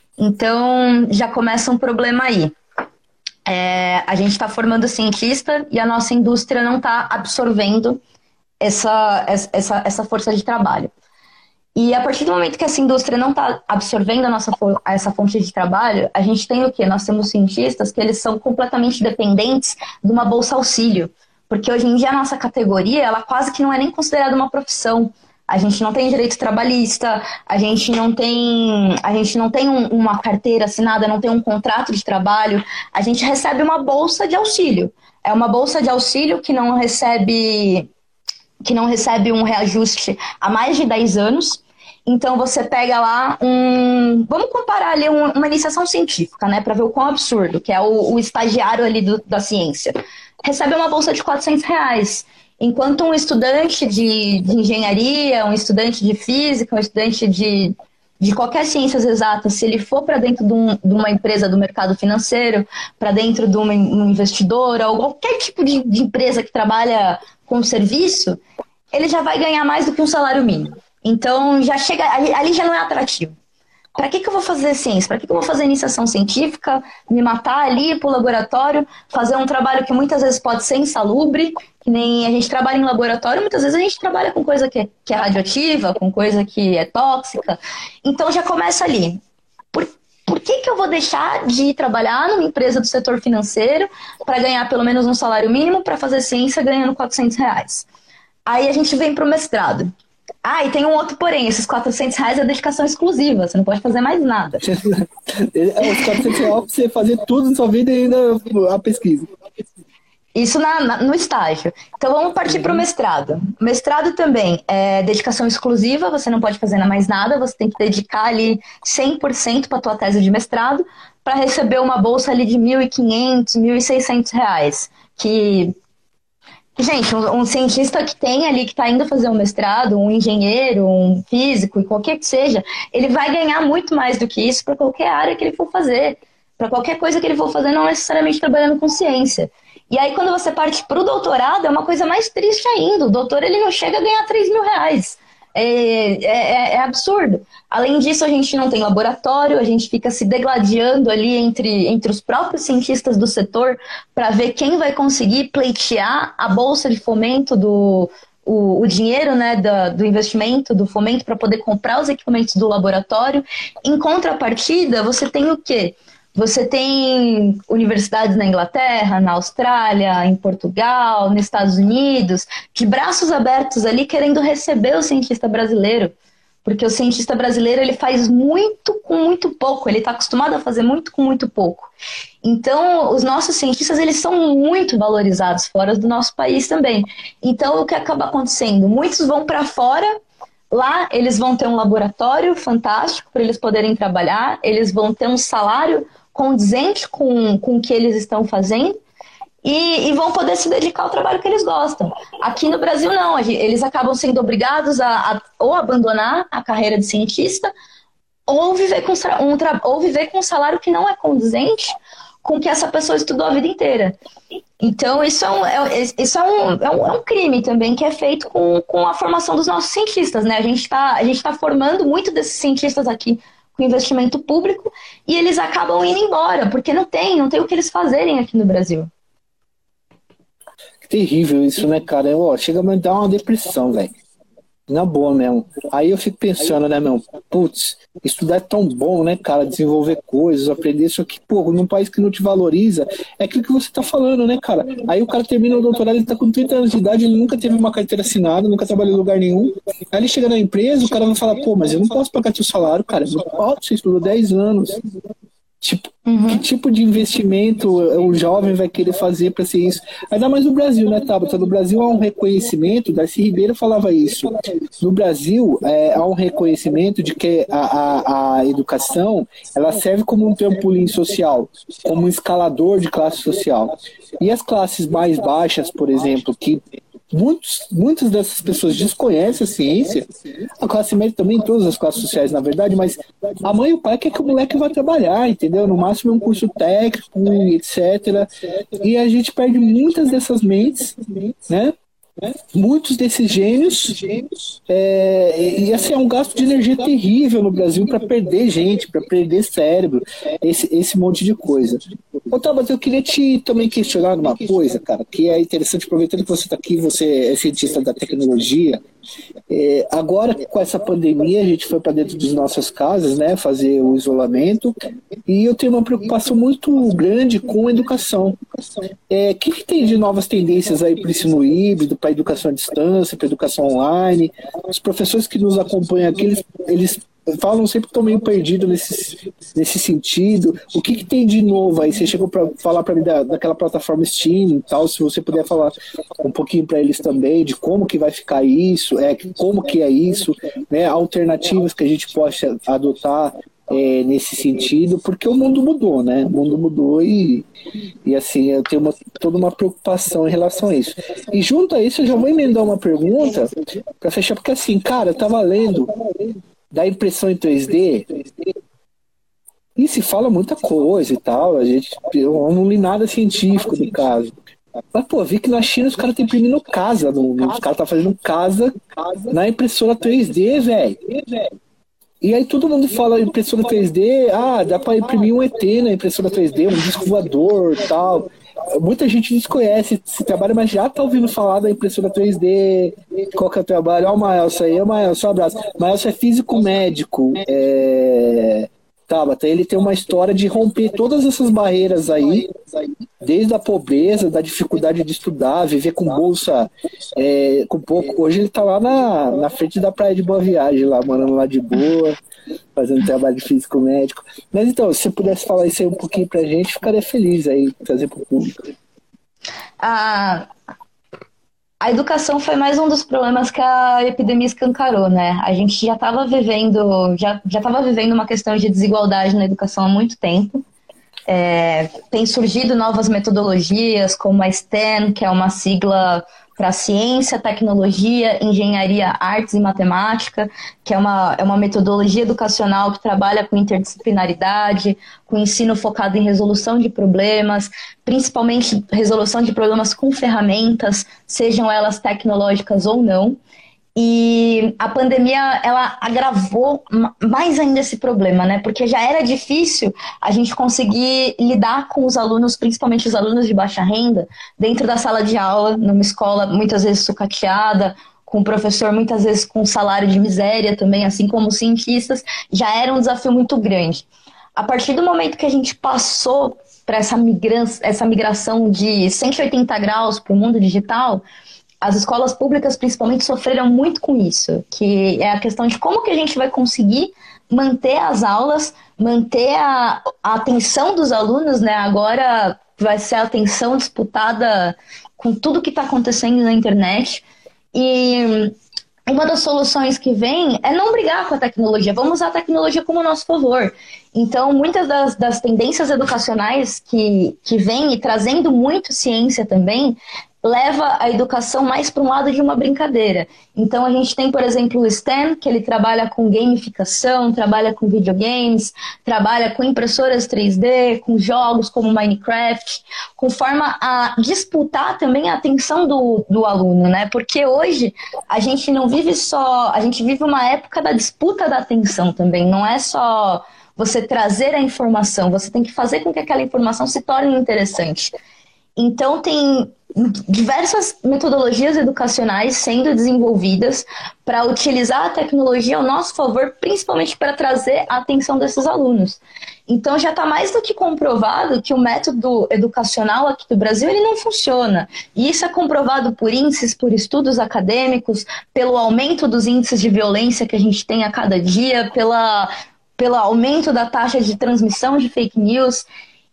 Então, já começa um problema aí. É, a gente está formando cientista e a nossa indústria não está absorvendo essa, essa, essa força de trabalho. E a partir do momento que essa indústria não está absorvendo a nossa, essa fonte de trabalho, a gente tem o quê? Nós temos cientistas que eles são completamente dependentes de uma bolsa auxílio. Porque hoje em dia a nossa categoria, ela quase que não é nem considerada uma profissão. A gente não tem direito trabalhista, a gente não tem, a gente não tem um, uma carteira assinada, não tem um contrato de trabalho, a gente recebe uma bolsa de auxílio. É uma bolsa de auxílio que não recebe... que não recebe um reajuste há mais de dez anos. Então você pega lá um... Vamos comparar ali um, uma iniciação científica, né? Para ver o quão absurdo, que é o, o estagiário ali do, da ciência. Recebe uma bolsa de quatrocentos reais. Enquanto um estudante de, de engenharia, um estudante de física, um estudante de, de qualquer ciências exatas, se ele for para dentro de, um, de uma empresa do mercado financeiro, para dentro de uma, uma investidora, ou qualquer tipo de, de empresa que trabalha com serviço, ele já vai ganhar mais do que um salário mínimo. Então, já chega, ali, ali já não é atrativo. Para que, que eu vou fazer ciência? Para que, que eu vou fazer iniciação científica, me matar ali pro laboratório, fazer um trabalho que muitas vezes pode ser insalubre, que nem a gente trabalha em laboratório, muitas vezes a gente trabalha com coisa que é, que é radioativa, com coisa que é tóxica. Então, já começa ali. Por, por que, que eu vou deixar de trabalhar numa empresa do setor financeiro para ganhar pelo menos um salário mínimo para fazer ciência ganhando quatrocentos reais? Aí a gente vem para o mestrado. Ah, e tem um outro porém, esses quatrocentos reais é dedicação exclusiva, você não pode fazer mais nada. Os quatrocentos reais pra você fazer tudo na sua vida e ainda a pesquisa. Isso na, na, no estágio. Então vamos partir uhum. para o mestrado. Mestrado também é dedicação exclusiva, você não pode fazer mais nada, você tem que dedicar ali cem por cento para a tua tese de mestrado para receber uma bolsa ali de mil e quinhentos, mil e seiscentos reais, que... Gente, um, um cientista que tem ali, que está indo fazer um mestrado, um engenheiro, um físico, e qualquer que seja, ele vai ganhar muito mais do que isso para qualquer área que ele for fazer. Para qualquer coisa que ele for fazer, não necessariamente trabalhando com ciência. E aí, quando você parte para o doutorado, é uma coisa mais triste ainda. O doutor, ele não chega a ganhar três mil reais. É, é, é absurdo. Além disso, a gente não tem laboratório, a gente fica se degladiando ali entre, entre os próprios cientistas do setor para ver quem vai conseguir pleitear a bolsa de fomento do o, o dinheiro, né, do, do investimento, do fomento para poder comprar os equipamentos do laboratório. Em contrapartida, você tem o quê? Você tem universidades na Inglaterra, na Austrália, em Portugal, nos Estados Unidos, de braços abertos ali querendo receber o cientista brasileiro. Porque o cientista brasileiro ele faz muito com muito pouco, ele está acostumado a fazer muito com muito pouco. Então, os nossos cientistas eles são muito valorizados fora do nosso país também. Então, o que acaba acontecendo? Muitos vão para fora. Lá eles vão ter um laboratório fantástico para eles poderem trabalhar, eles vão ter um salário condizente com, com o que eles estão fazendo e, e vão poder se dedicar ao trabalho que eles gostam. Aqui no Brasil não, eles acabam sendo obrigados a, a ou abandonar a carreira de cientista ou viver, com um, ou viver com um salário que não é condizente com o que essa pessoa estudou a vida inteira. Então, isso é um, é, isso é um, é um, é um crime também que é feito com, com a formação dos nossos cientistas, né? A gente está a gente tá formando muito desses cientistas aqui com investimento público e eles acabam indo embora, porque não tem, não tem o que eles fazerem aqui no Brasil. Que terrível isso, né, cara? Ó, chega a me dar uma depressão, velho. Na boa mesmo. Aí eu fico pensando, né, meu? Putz, estudar é tão bom, né, cara? Desenvolver coisas, aprender isso aqui, pô, num país que não te valoriza, é aquilo que você tá falando, né, cara? Aí o cara termina o doutorado, ele tá com trinta anos de idade, ele nunca teve uma carteira assinada, nunca trabalhou em lugar nenhum. Aí ele chega na empresa, o cara vai falar, pô, mas eu não posso pagar teu salário, cara. Não pode, você estudou dez anos. Tipo, uhum. Que tipo de investimento o jovem vai querer fazer para ser isso? Ainda mais no Brasil, né, Tabata? No Brasil há um reconhecimento, Darcy Ribeiro falava isso. No Brasil é, há um reconhecimento de que a, a, a educação ela serve como um trampolim social, como um escalador de classe social. E as classes mais baixas, por exemplo, que Muitos, muitas dessas pessoas desconhecem a ciência, a classe média também, todas as classes sociais, na verdade, mas a mãe e o pai quer que o moleque vá trabalhar, entendeu? No máximo é um curso técnico, etcétera. E a gente perde muitas dessas mentes, né? Muitos desses gênios, é, e assim, é um gasto de energia terrível no Brasil para perder gente, para perder cérebro, esse, esse monte de coisa. Ô, Tabata, eu queria te também questionar uma coisa, cara, que é interessante, aproveitando que você está aqui, você é cientista da tecnologia. É, agora, com essa pandemia, a gente foi para dentro das nossas casas, né, fazer o isolamento, e eu tenho uma preocupação muito grande com a educação. É, o que, que tem de novas tendências aí para o ensino híbrido, para a educação à distância, para a educação online? Os professores que nos acompanham aqui, eles, eles falam sempre que estão meio perdidos nesse, nesse sentido. O que, que tem de novo aí? Você chegou para falar para mim da, daquela plataforma Steam e tal, se você puder falar um pouquinho para eles também de como que vai ficar isso, é, como que é isso, né, alternativas que a gente possa adotar é, nesse sentido, porque o mundo mudou, né? O mundo mudou e, e assim, eu tenho uma, toda uma preocupação em relação a isso. E junto a isso, eu já vou emendar uma pergunta para fechar, porque assim, cara, eu tava lendo da impressão em três D e se fala muita coisa e tal, a gente, eu não li nada científico do caso, mas pô, vi que na China os caras estão imprimindo casa, no, os caras estão fazendo casa na impressora três D, velho. E aí todo mundo fala impressora três D, ah, dá pra imprimir um E T na impressora três D, um disco voador e tal. Muita gente desconhece esse trabalho, mas já tá ouvindo falar da impressora três D, qual que é o trabalho. Ó, o Maelson aí, ó, o Maelson, um abraço. O Maelson é físico médico, é... Tabata, ele tem uma história de romper todas essas barreiras aí, desde a pobreza, da dificuldade de estudar, viver com bolsa, é, com pouco. Hoje ele tá lá na, na frente da Praia de Boa Viagem, lá, morando lá de boa, fazendo trabalho de físico médico. Mas então, se você pudesse falar isso aí um pouquinho pra gente, ficaria feliz aí, trazer pro público. Ah... A educação foi mais um dos problemas que a epidemia escancarou, né? A gente já estava vivendo, já já estava vivendo uma questão de desigualdade na educação há muito tempo. É, tem surgido novas metodologias, como a STEM, que é uma sigla para ciência, tecnologia, engenharia, artes e matemática, que é uma, é uma metodologia educacional que trabalha com interdisciplinaridade, com ensino focado em resolução de problemas, principalmente resolução de problemas com ferramentas, sejam elas tecnológicas ou não. E a pandemia, ela agravou mais ainda esse problema, né? Porque já era difícil a gente conseguir lidar com os alunos, principalmente os alunos de baixa renda, dentro da sala de aula, numa escola muitas vezes sucateada, com o professor muitas vezes com salário de miséria também, assim como os cientistas, já era um desafio muito grande. A partir do momento que a gente passou para essa migração, essa migração de cento e oitenta graus para o mundo digital, as escolas públicas, principalmente, sofreram muito com isso, que é a questão de como que a gente vai conseguir manter as aulas, manter a, a atenção dos alunos, né? Agora vai ser a atenção disputada com tudo que está acontecendo na internet. E uma das soluções que vem é não brigar com a tecnologia, vamos usar a tecnologia como nosso favor. Então, muitas das, das tendências educacionais que, que vêm e trazendo muito ciência também, leva a educação mais para um lado de uma brincadeira. Então, a gente tem, por exemplo, o STEM, que ele trabalha com gamificação, trabalha com videogames, trabalha com impressoras três D, com jogos como Minecraft, com forma a disputar também a atenção do, do aluno, né? Porque hoje a gente não vive só... A gente vive uma época da disputa da atenção também, não é só você trazer a informação, você tem que fazer com que aquela informação se torne interessante. Então, tem diversas metodologias educacionais sendo desenvolvidas para utilizar a tecnologia ao nosso favor, principalmente para trazer a atenção desses alunos. Então, já está mais do que comprovado que o método educacional aqui do Brasil ele não funciona. E isso é comprovado por índices, por estudos acadêmicos, pelo aumento dos índices de violência que a gente tem a cada dia, pela, pelo aumento da taxa de transmissão de fake news.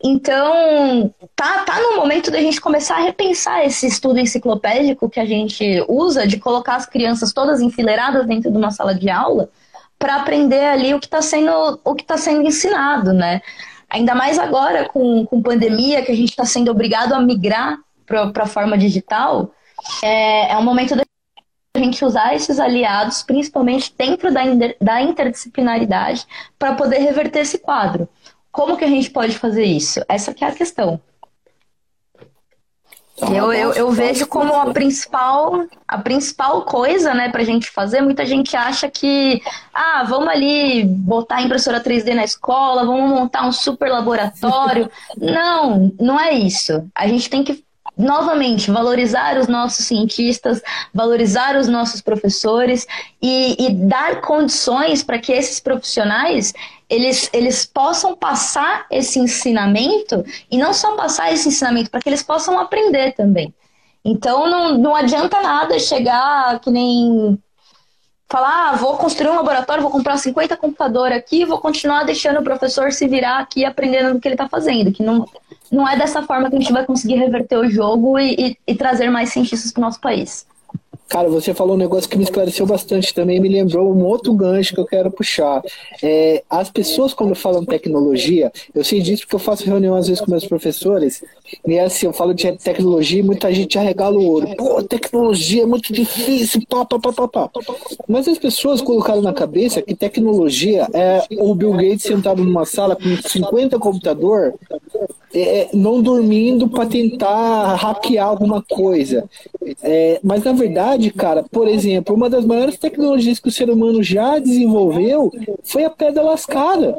Então, tá, tá no momento da gente começar a repensar esse estudo enciclopédico que a gente usa, de colocar as crianças todas enfileiradas dentro de uma sala de aula para aprender ali o que está sendo, o que tá sendo ensinado, né? Ainda mais agora com, com pandemia, que a gente está sendo obrigado a migrar para a forma digital, é, é um momento da gente usar esses aliados, principalmente dentro da, da interdisciplinaridade, para poder reverter esse quadro. Como que a gente pode fazer isso? Essa que é a questão. Ah, eu, eu, eu vejo como a principal, a principal coisa, né, pra gente fazer. Muita gente acha que, ah, vamos ali botar a impressora três D na escola, vamos montar um super laboratório. Não, não é isso. A gente tem que, novamente, valorizar os nossos cientistas, valorizar os nossos professores e, e dar condições para que esses profissionais Eles, eles possam passar esse ensinamento, e não só passar esse ensinamento, para que eles possam aprender também. Então, não, não adianta nada chegar que nem falar, ah, vou construir um laboratório, vou comprar cinquenta computadores aqui, vou continuar deixando o professor se virar aqui aprendendo do que ele está fazendo, que não, não é dessa forma que a gente vai conseguir reverter o jogo e, e, e trazer mais cientistas para o nosso país. Cara, você falou um negócio que me esclareceu bastante também, me lembrou um outro gancho que eu quero puxar. É, as pessoas, quando falam tecnologia, eu sei disso porque eu faço reunião às vezes com meus professores, e assim, eu falo de tecnologia e muita gente arregala o olho. Pô, tecnologia é muito difícil, pá, pá, pá, pá, pá. Mas as pessoas colocaram na cabeça que tecnologia é o Bill Gates sentado numa sala com cinquenta computadores, é, não dormindo para tentar hackear alguma coisa. É, mas na verdade, cara, por exemplo, uma das maiores tecnologias que o ser humano já desenvolveu foi a pedra lascada.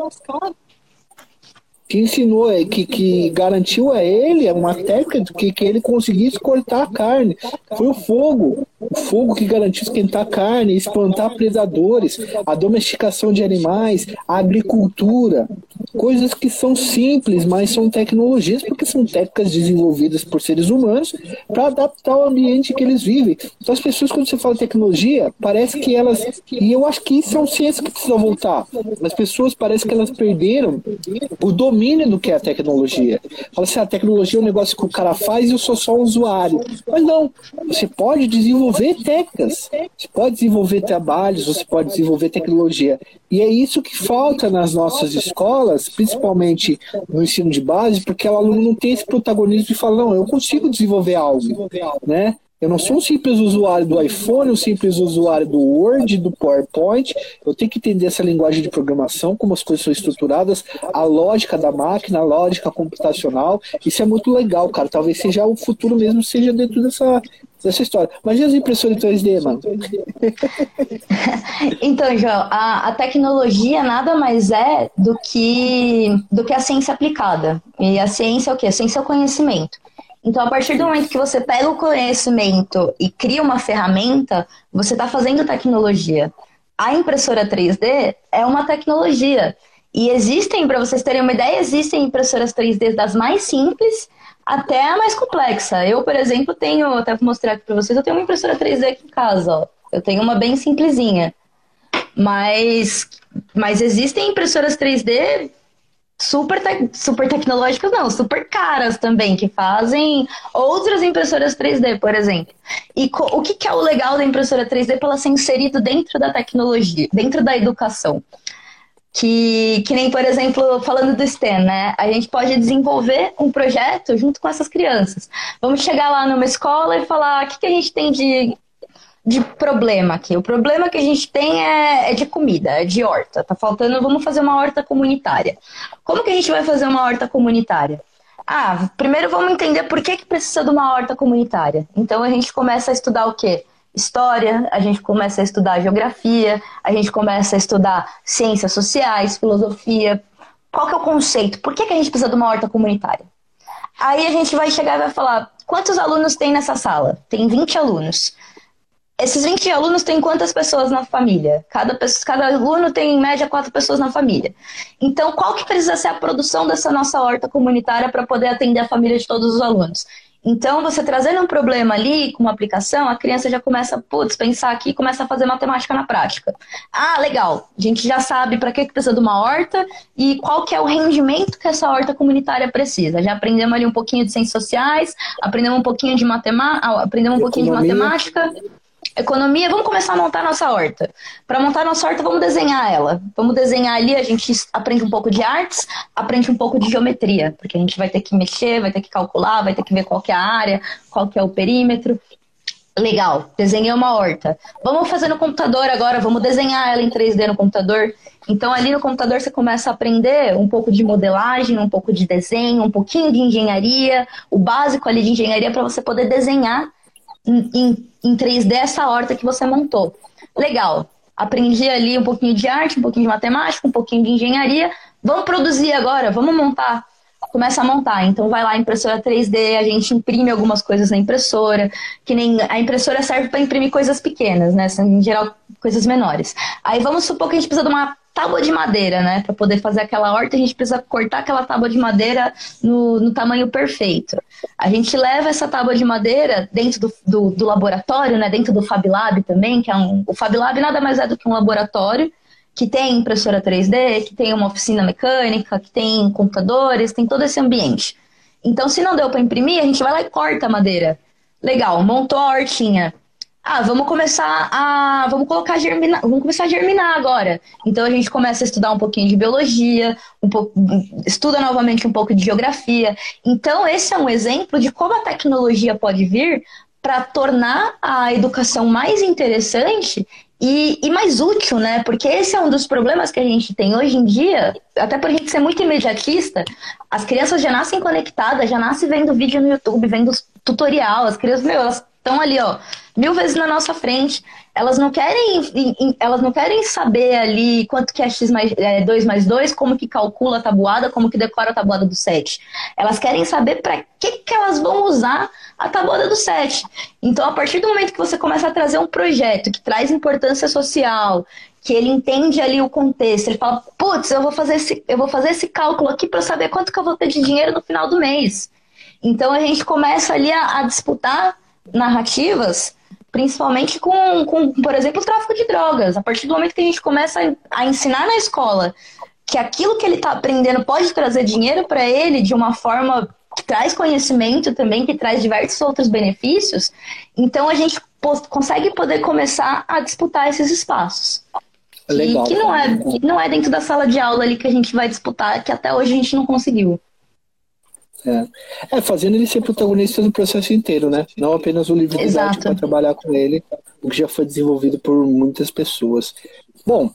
Que ensinou, que, que garantiu a ele uma técnica que, que ele conseguisse cortar a carne. Foi o fogo. O fogo que garantiu esquentar a carne, espantar predadores, a domesticação de animais, a agricultura. Coisas que são simples, mas são tecnologias, porque são técnicas desenvolvidas por seres humanos para adaptar ao ambiente que eles vivem. Então as pessoas, quando você fala tecnologia, parece que elas... E eu acho que isso é uma ciência que precisa voltar. As pessoas parecem que elas perderam o domínio do que é a tecnologia. Fala assim, a tecnologia é um negócio que o cara faz e eu sou só um usuário. Mas não, você pode desenvolver técnicas, você pode desenvolver trabalhos, você pode desenvolver tecnologia. E é isso que falta nas nossas escolas, escolas, principalmente no ensino de base, porque o aluno não tem esse protagonismo de falar, não, eu consigo desenvolver algo, né? Eu não sou um simples usuário do iPhone, um simples usuário do Word, do PowerPoint. Eu tenho que entender essa linguagem de programação, como as coisas são estruturadas, a lógica da máquina, a lógica computacional. Isso é muito legal, cara. Talvez seja o futuro mesmo, seja dentro dessa, dessa história. Imagina as impressoras em três D, mano. Então, João, a, a tecnologia nada mais é do que, do que a ciência aplicada. E a ciência é o quê? A ciência é o conhecimento. Então, a partir do momento que você pega o conhecimento e cria uma ferramenta, você está fazendo tecnologia. A impressora três D é uma tecnologia. E existem, para vocês terem uma ideia, existem impressoras três D das mais simples até a mais complexa. Eu, por exemplo, tenho, até vou mostrar aqui para vocês, eu tenho uma impressora três D aqui em casa, ó. Eu tenho uma bem simplesinha. Mas, mas existem impressoras três D super, te super tecnológicas, não, super caras também, que fazem outras impressoras três D, por exemplo. E o que, que é o legal da impressora três D para ela ser inserida dentro da tecnologia, dentro da educação? Que, que nem, por exemplo, falando do STEM, né? A gente pode desenvolver um projeto junto com essas crianças. Vamos chegar lá numa escola e falar o que, que a gente tem de... de problema aqui. O problema que a gente tem é, é de comida, é de horta. Tá faltando, vamos fazer uma horta comunitária. Como que a gente vai fazer uma horta comunitária? Ah, primeiro vamos entender por que, que precisa de uma horta comunitária. Então a gente começa a estudar o quê? História, a gente começa a estudar geografia, a gente começa a estudar ciências sociais, filosofia. Qual que é o conceito? Por que, que a gente precisa de uma horta comunitária? Aí a gente vai chegar e vai falar, quantos alunos tem nessa sala? Tem vinte alunos. Esses vinte alunos têm quantas pessoas na família? Cada, pessoa, cada aluno tem, em média, quatro pessoas na família. Então, qual que precisa ser a produção dessa nossa horta comunitária para poder atender a família de todos os alunos? Então, você trazendo um problema ali, com uma aplicação, a criança já começa, putz, pensar aqui e começa a fazer matemática na prática. Ah, legal, a gente já sabe para que precisa de uma horta e qual que é o rendimento que essa horta comunitária precisa. Já aprendemos ali um pouquinho de ciências sociais, aprendemos um pouquinho de, matema... aprendemos um pouquinho de matemática... Economia, vamos começar a montar nossa horta. Para montar nossa horta, vamos desenhar ela. Vamos desenhar ali, a gente aprende um pouco de artes, aprende um pouco de geometria, porque a gente vai ter que mexer, vai ter que calcular, vai ter que ver qual que é a área, qual que é o perímetro. Legal, desenhei uma horta. Vamos fazer no computador agora, vamos desenhar ela em três D no computador. Então ali no computador você começa a aprender um pouco de modelagem, um pouco de desenho, um pouquinho de engenharia, o básico ali de engenharia para você poder desenhar Em, em três D essa horta que você montou. Legal. Aprendi ali um pouquinho de arte, um pouquinho de matemática, um pouquinho de engenharia. Vamos produzir agora, vamos montar. Começa a montar. Então vai lá, impressora três D, a gente imprime algumas coisas na impressora, que nem a impressora serve para imprimir coisas pequenas, né? Em geral, coisas menores. Aí vamos supor que a gente precisa de uma tábua de madeira, né? Para poder fazer aquela horta, a gente precisa cortar aquela tábua de madeira no, no tamanho perfeito. A gente leva essa tábua de madeira dentro do, do, do laboratório, né? Dentro do Fab Lab também, que é um... O Fab Lab nada mais é do que um laboratório que tem impressora três D, que tem uma oficina mecânica, que tem computadores, tem todo esse ambiente. Então, se não deu para imprimir, a gente vai lá e corta a madeira. Legal, montou a hortinha. Ah, vamos começar a... Vamos colocar germinar... Vamos começar a germinar agora. Então a gente começa a estudar um pouquinho de biologia, um pouco... estuda novamente um pouco de geografia. Então esse é um exemplo de como a tecnologia pode vir para tornar a educação mais interessante e, e mais útil, né? Porque esse é um dos problemas que a gente tem hoje em dia, até por a gente ser muito imediatista, as crianças já nascem conectadas, já nascem vendo vídeo no YouTube, vendo tutorial, as crianças, meu, elas estão ali, ó, mil vezes na nossa frente. Elas não querem, elas não querem saber ali quanto que é x mais, é, dois mais dois, como que calcula a tabuada, como que decora a tabuada do sete. Elas querem saber para que, que elas vão usar a tabuada do sete. Então, a partir do momento que você começa a trazer um projeto que traz importância social, que ele entende ali o contexto, ele fala, putz, eu vou fazer esse, eu vou fazer esse cálculo aqui para saber quanto que eu vou ter de dinheiro no final do mês. Então, a gente começa ali a, a disputar narrativas, principalmente com, com, por exemplo, o tráfico de drogas. A partir do momento que a gente começa a, a ensinar na escola que aquilo que ele está aprendendo pode trazer dinheiro para ele de uma forma que traz conhecimento também, que traz diversos outros benefícios, então a gente consegue poder começar a disputar esses espaços. Que, Legal, que não, é, que não é dentro da sala de aula ali que a gente vai disputar, que até hoje a gente não conseguiu. É. é, fazendo ele ser protagonista do processo inteiro, né? Não apenas o livro didático para trabalhar com ele, o que já foi desenvolvido por muitas pessoas. Bom,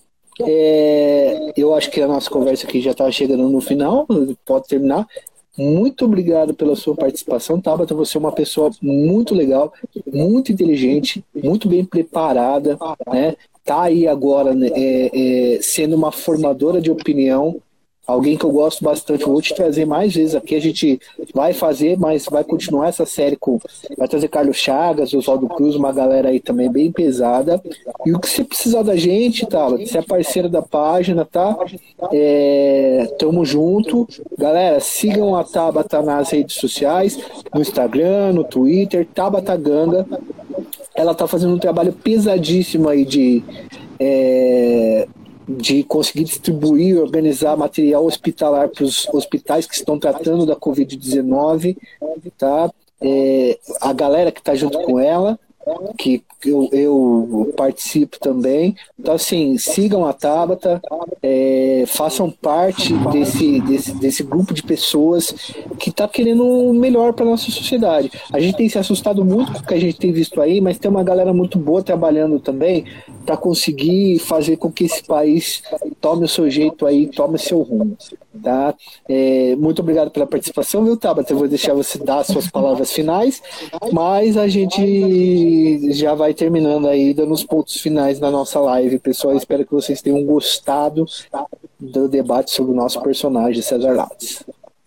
é, eu acho que a nossa conversa aqui já está chegando no final, pode terminar. Muito obrigado pela sua participação, Tabata. Você é uma pessoa muito legal, muito inteligente, muito bem preparada, né? Tá aí agora, né, é, é, sendo uma formadora de opinião. Alguém que eu gosto bastante, vou te trazer mais vezes aqui, a gente vai fazer, mas vai continuar essa série com, vai trazer Carlos Chagas, Oswaldo Cruz, uma galera aí também bem pesada, e o que você precisar da gente, tá, você é parceiro da página, tá, é, tamo junto, galera, sigam a Tabata nas redes sociais, no Instagram, no Twitter, Tabata Ganga, ela tá fazendo um trabalho pesadíssimo aí de é, de conseguir distribuir e organizar material hospitalar para os hospitais que estão tratando da covid dezenove, tá? É, a galera que está junto com ela, que eu, eu participo também. Então, assim, sigam a Tabata, é, façam parte desse, desse, desse grupo de pessoas que está querendo o melhor para a nossa sociedade. A gente tem se assustado muito com o que a gente tem visto aí, mas tem uma galera muito boa trabalhando também para conseguir fazer com que esse país tome o seu jeito aí, tome o seu rumo. Tá? É, muito obrigado pela participação, viu, Tabata? Eu vou deixar você dar as suas palavras finais, mas a gente já vai terminando aí, dando os pontos finais na nossa live. Pessoal, espero que vocês tenham gostado do debate sobre o nosso personagem, César Lattes.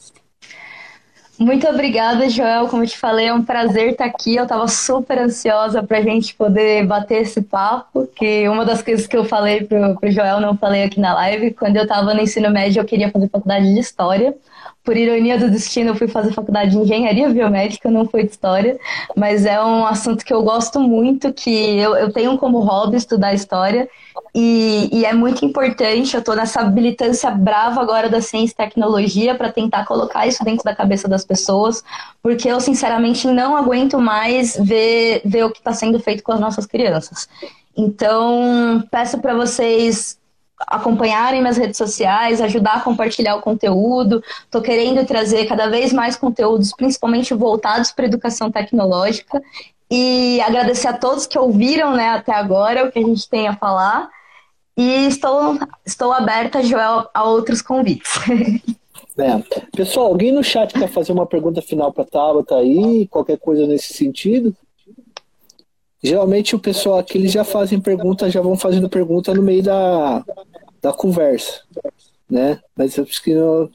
Muito obrigada, Joel. Como eu te falei, é um prazer estar aqui. Eu estava super ansiosa para a gente poder bater esse papo, que uma das coisas que eu falei para o Joel, não falei aqui na live, quando eu estava no ensino médio, eu queria fazer faculdade de História. Por ironia do destino, eu fui fazer faculdade de Engenharia Biomédica, não foi de História, mas é um assunto que eu gosto muito, que eu, eu tenho como hobby estudar História, e, e é muito importante. Eu estou nessa militância brava agora da ciência e tecnologia para tentar colocar isso dentro da cabeça das pessoas, porque eu, sinceramente, não aguento mais ver, ver o que está sendo feito com as nossas crianças. Então, peço para vocês acompanharem minhas redes sociais, ajudar a compartilhar o conteúdo. Estou querendo trazer cada vez mais conteúdos, principalmente voltados para a educação tecnológica, e agradecer a todos que ouviram, né, até agora o que a gente tem a falar, e estou, estou aberta, Joel, a outros convites. É. Pessoal, alguém no chat quer fazer uma pergunta final para a Tabata aí, qualquer coisa nesse sentido? Geralmente o pessoal aqui, eles já fazem pergunta, já vão fazendo pergunta no meio da, da conversa, né? Mas eu acho que não...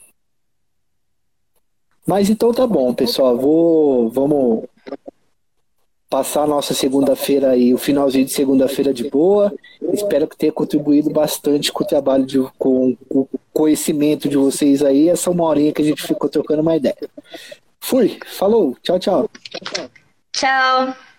Mas então tá bom, pessoal. Vou, vamos passar a nossa segunda-feira aí, o finalzinho de segunda-feira de boa. Espero que tenha contribuído bastante com o trabalho, de, com, com o conhecimento de vocês aí. Essa uma horinha que a gente ficou trocando uma ideia. Fui, falou, tchau, tchau. Tchau.